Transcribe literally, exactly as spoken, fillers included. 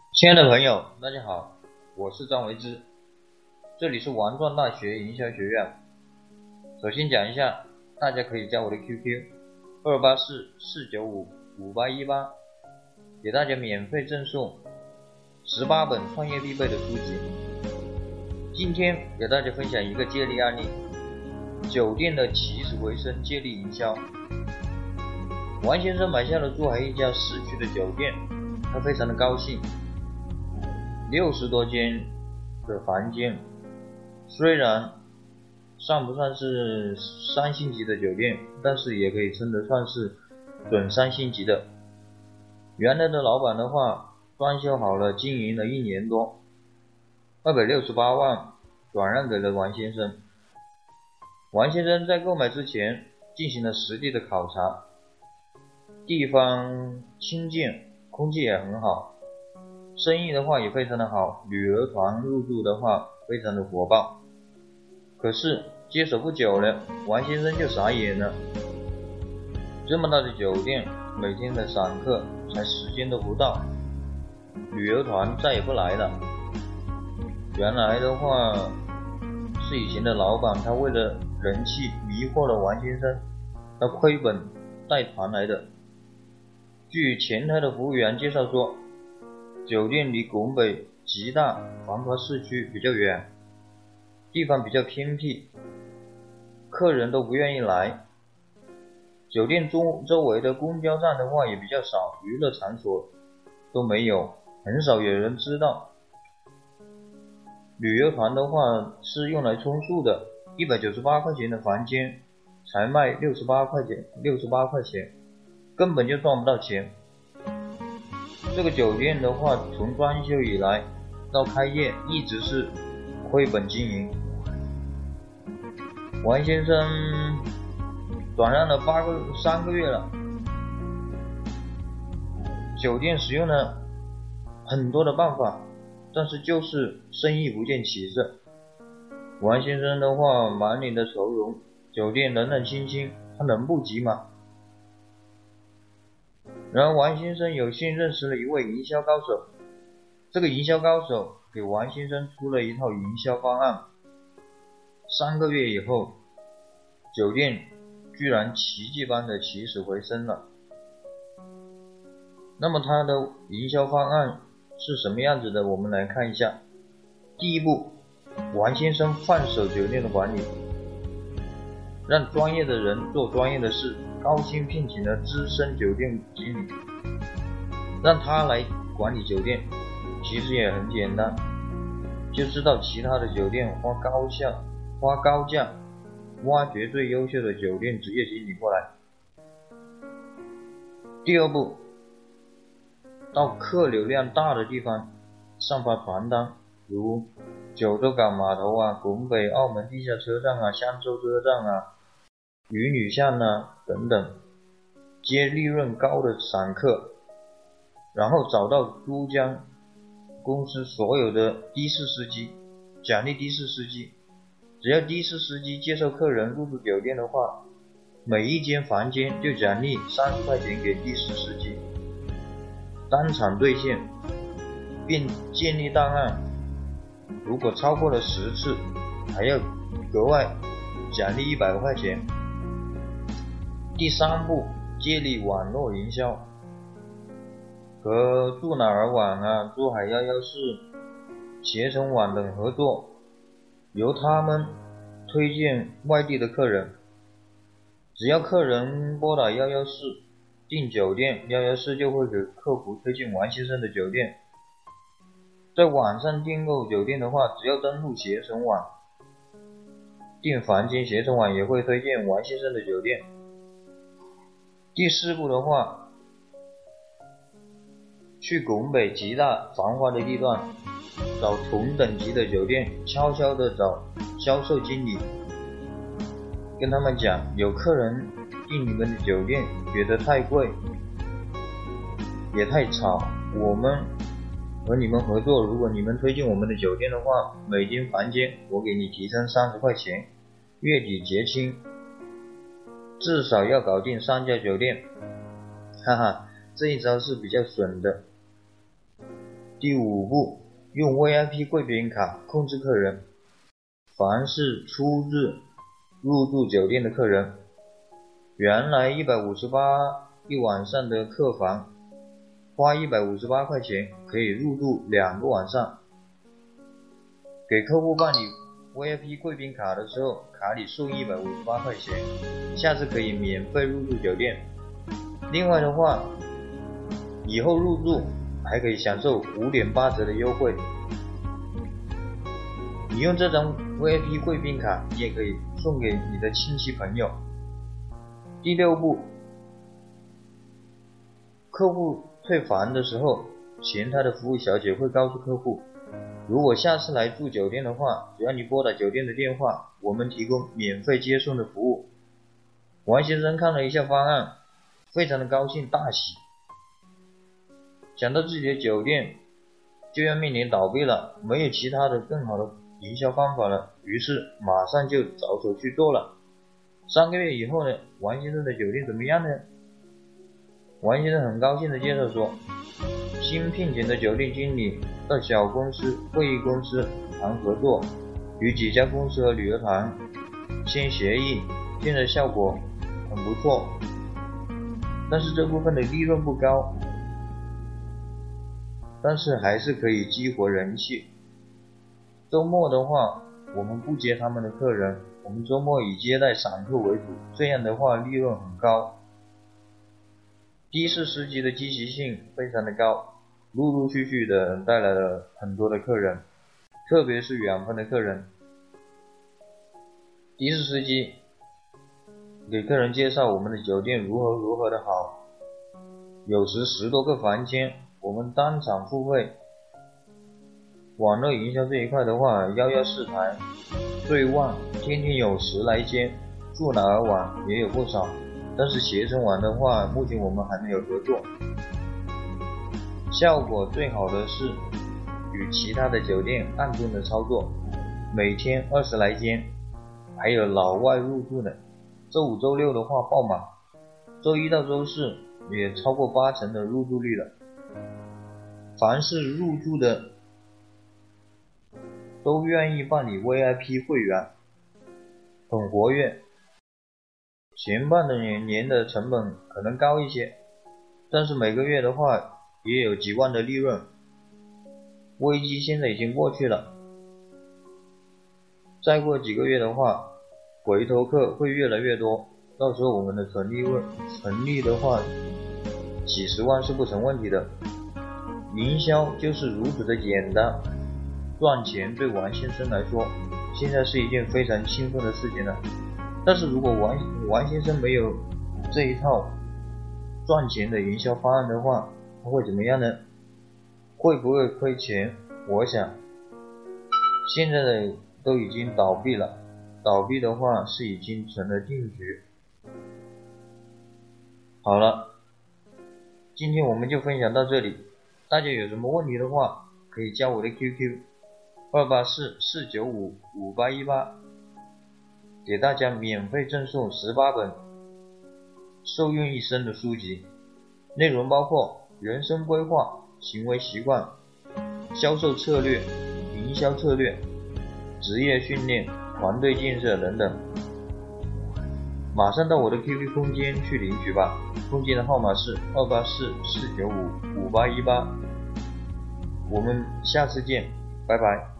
亲爱的朋友，大家好，我是张维之，这里是王庄大学营销学院。首先讲一下，大家可以加我的 Q Q 二八四四九五五八一八，给大家免费赠送十八本创业必备的书籍。今天给大家分享一个接力案例，酒店的起死回生接力营销。王先生买下了珠海一家市区的酒店，他非常的高兴。六十多间的房间，虽然算不算是三星级的酒店，但是也可以称得上是准三星级的。原来的老板的话，装修好了，经营了一年多，二百六十八万转让给了王先生。王先生在购买之前进行了实地的考察，地方清静，空气也很好，生意的话也非常的好，旅游团入住的话非常的火爆。可是接手不久了，王先生就傻眼了。这么大的酒店，每天的散客才十间都不到，旅游团再也不来了。原来的话是以前的老板，他为了人气迷惑了王先生，他亏本带团来的。据前台的服务员介绍说，酒店离拱北吉大繁华市区比较远，地方比较偏僻，客人都不愿意来。酒店周周围的公交站的话也比较少，娱乐场所都没有，很少有人知道。旅游团的话是用来充数的，一百九十八块钱的房间才卖六十八块钱，六十八块钱，根本就赚不到钱。这个酒店的话，从装修以来到开业一直是亏本经营。王先生转让了八个三个月了，酒店使用了很多的办法，但是就是生意不见起色。王先生的话满脸的愁容，酒店冷冷清清，他能不急吗？然而王先生有幸认识了一位营销高手，这个营销高手给王先生出了一套营销方案。三个月以后，酒店居然奇迹般的起死回生了。那么他的营销方案是什么样子的？我们来看一下。第一步，王先生放手酒店的管理，让专业的人做专业的事，高薪聘请了资深酒店经理，让他来管理酒店。其实也很简单，就知道其他的酒店花高价花高价挖掘最优秀的酒店职业经理过来。第二步，到客流量大的地方上发传单，如九州港码头啊、拱北、澳门地下车站啊、香洲车站啊、渔女巷啊等等，接利润高的散客，然后找到珠江公司所有的的士司机，奖励的士司机，只要的士司机介绍客人入住酒店的话，每一间房间就奖励三十块钱给的士司机，当场兑现，并建立档案，如果超过了十次，还要格外奖励一百块钱。第三步，接力网络营销，和住哪儿网啊、珠海一一四、携程网等合作，由他们推荐外地的客人。只要客人拨打一一四订酒店，一一四就会给客服推荐王先生的酒店。在网上订购酒店的话，只要登录携程网订房间，携程网也会推荐王先生的酒店。第四步的话，去拱北吉大繁华的地段找同等级的酒店，悄悄的找销售经理，跟他们讲，有客人订你们的酒店觉得太贵也太吵，我们和你们合作，如果你们推荐我们的酒店的话，每间房间我给你提成三十块钱，月底结清，至少要搞定三家酒店。哈哈，这一招是比较损的。 第五步，用 V I P 贵宾卡控制客人。凡是初日入住酒店的客人，原来一百五十八一晚上的客房，花一百五十八块钱可以入住两个晚上。给客户办理 V I P 贵宾卡的时候，卡里送一百五十八块钱，下次可以免费入住酒店。另外的话，以后入住还可以享受五点八折的优惠。你用这张 V I P 贵宾卡，你也可以送给你的亲戚朋友。第六步，客户退房的时候，前台的服务小姐会告诉客户，如果下次来住酒店的话，只要你拨打酒店的电话，我们提供免费接送的服务。王先生看了一下方案，非常的高兴大喜，想到自己的酒店就要面临倒闭了，没有其他的更好的营销方法了，于是马上就着手去做了。三个月以后呢，王先生的酒店怎么样呢？王先生很高兴的介绍说，新聘请的酒店经理到小公司、会议公司谈合作，与几家公司和旅游团签协议，现在效果很不错，但是这部分的利润不高，但是还是可以激活人气。周末的话，我们不接他们的客人，我们周末以接待散客为主，这样的话利润很高。的士司机的积极性非常的高，陆陆续续的带来了很多的客人，特别是远方的客人。的士司机给客人介绍我们的酒店如何如何的好，有时十多个房间，我们当场付费。网络营销这一块的话，幺幺四台最旺，天天有十来间，住哪儿网也有不少，但是携程网的话，目前我们还没有合作。效果最好的是与其他的酒店暗中的操作，每天二十来间，还有老外入住的，周五周六的话爆满，周一到周四也超过八成的入住率了。凡是入住的都愿意办理 V I P 会员，很活跃。前半的年年的成本可能高一些，但是每个月的话也有几万的利润。危机现在已经过去了，再过几个月的话，回头客会越来越多，到时候我们的纯利润纯利的话几十万是不成问题的。营销就是如此的简单，赚钱对王先生来说现在是一件非常兴奋的事情了。但是如果王王先生没有这一套赚钱的营销方案的话，他会怎么样呢？会不会亏钱？我想现在的都已经倒闭了，倒闭的话是已经成了定局。好了，今天我们就分享到这里，大家有什么问题的话可以加我的 Q Q 二八四四九五五八一八，给大家免费赠送十八本受用一生的书籍，内容包括人生规划、行为习惯、销售策略、营销策略、职业训练、团队建设等等。马上到我的 Q Q 空间去领取吧，空间的号码是二八四四九五五八一八。我们下次见，拜拜。